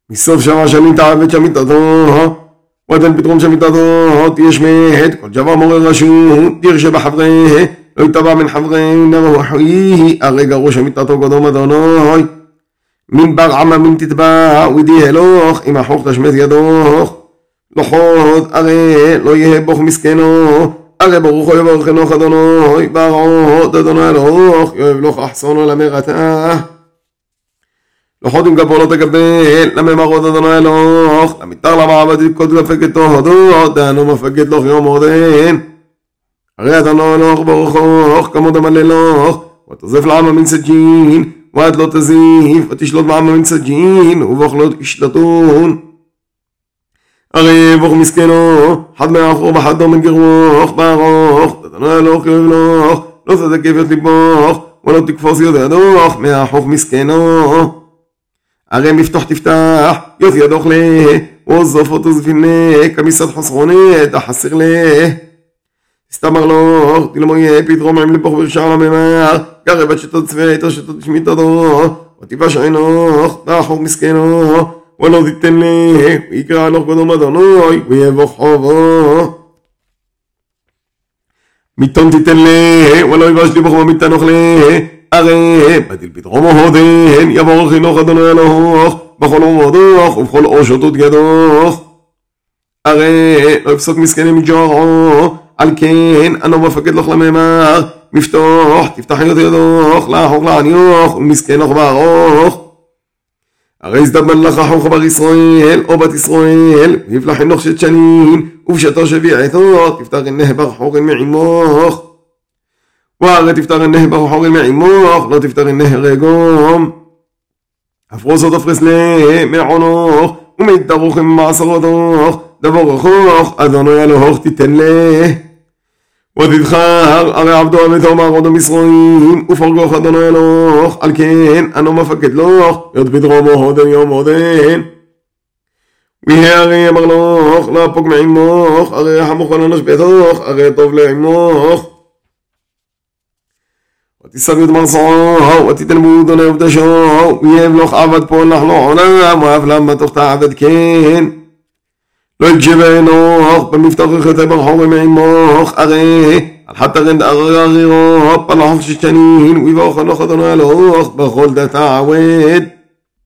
מסוף 7 שנים תעבד שמיטתו, ותן פתרון שמיטתו, תהיה שמת, כל ג'בה מורה רשות, תרשה בחברי, לא יתבע מן חברי, נבהו חויי, הרגע ראש שמיטתו קדום אדוני, מן בר עמה מן תתבע, ודי הלוך, אם החוך תשמט ידוך, לוחוד, הרי לא יהיה בוך מסכנו, הרי ברוכו יברך נוח אדוני, ברעות אדוני אלוך, יאהב לך אחסונו למרתה. לוחוד עם גבו לא תקבל, לממרות אדוני אלוך, למתר למעבד יקוד לפקד תהודו, דנו מפקד לך יום עודן. הרי אדוני אלוך ברוכוך, כמוד המלא לך, ותוזף לעמה מן סג'ין, ועד לא תזיף, ותשלוט בעמה מן סג'ין, ובוך לא תשלטון. הרי בוך מסכנו, חד מאחור בחדו מן גרוך, ברוך, אדוני אלוך יאהב לך, לא תתקף את ליבוך, ולא תקפוס ידך, מאחוך מסכנו. הרי מפתוח תפתח, יוס ידוך לה, ועוזוף אותו זפינה, כמיסת חסרוני, תחסר לה. הסתמר לו, תלמו יהיה פתרום עם לפוך ורשע לממר, גרב עד שתצווה איתו שתשמיתתו, ותיבש עינוך, תחוך מסכנו, ולא תיתן לה, ויקרא לך קדום אדוני, ויבוך חובו. מיתון תיתן לה, ולא יבש לבוך ומתנוך לה, הרי בדיל פתרומו הודן, יבורך חינוך אדוני אלוך, בכל עומדוך ובכל אושותות ידוך. הרי לא יפסוק מסכנים מג'ורו, על כן אנו מפקד לך לממר, מפתוח תפתח את ידוך, לחוך לעניוך ולמסכנוך בארוך. הרי הזדמן לך חוך בר ישראל או בת ישראל, ויפלח חינוך שתשנין, ובשתו שביעתו, תפתח אינך בר חורים מעמוך. והרי תפתח אינך בר חורים מעמוך, לא תפתח אינך רגום. אפרוס עוד אפרס לה מעונוך, ומתדרוך עם מעשרותוך, דבורכוך, אדוני אלוך תיתן לה. ותדחר, הרי עבדו אמיתו מערודו מסרועים, ופרגוך אדוני אלוך, על כן, אנו מפקד לך, יות פתרומו הודן יום הודן. ויהיה הרי אמר לך, לא אפוק מעמוך, הרי החמוך ולא נשבתוך, הרי טוב לעמוך. ותסב יות מרסעו, ותיתן בודוני ובדשו, ויהב לך עבד פול לך לא עולם, ואף למה תוך תעבד כן. לא יג'בה עינוך, במפתח יחטא ברחורים מעמוך, הרי על חתרן דאררירו, פלחוך ששנין, ויבוך הנוך אדוני אלוך, בכל דת העווד.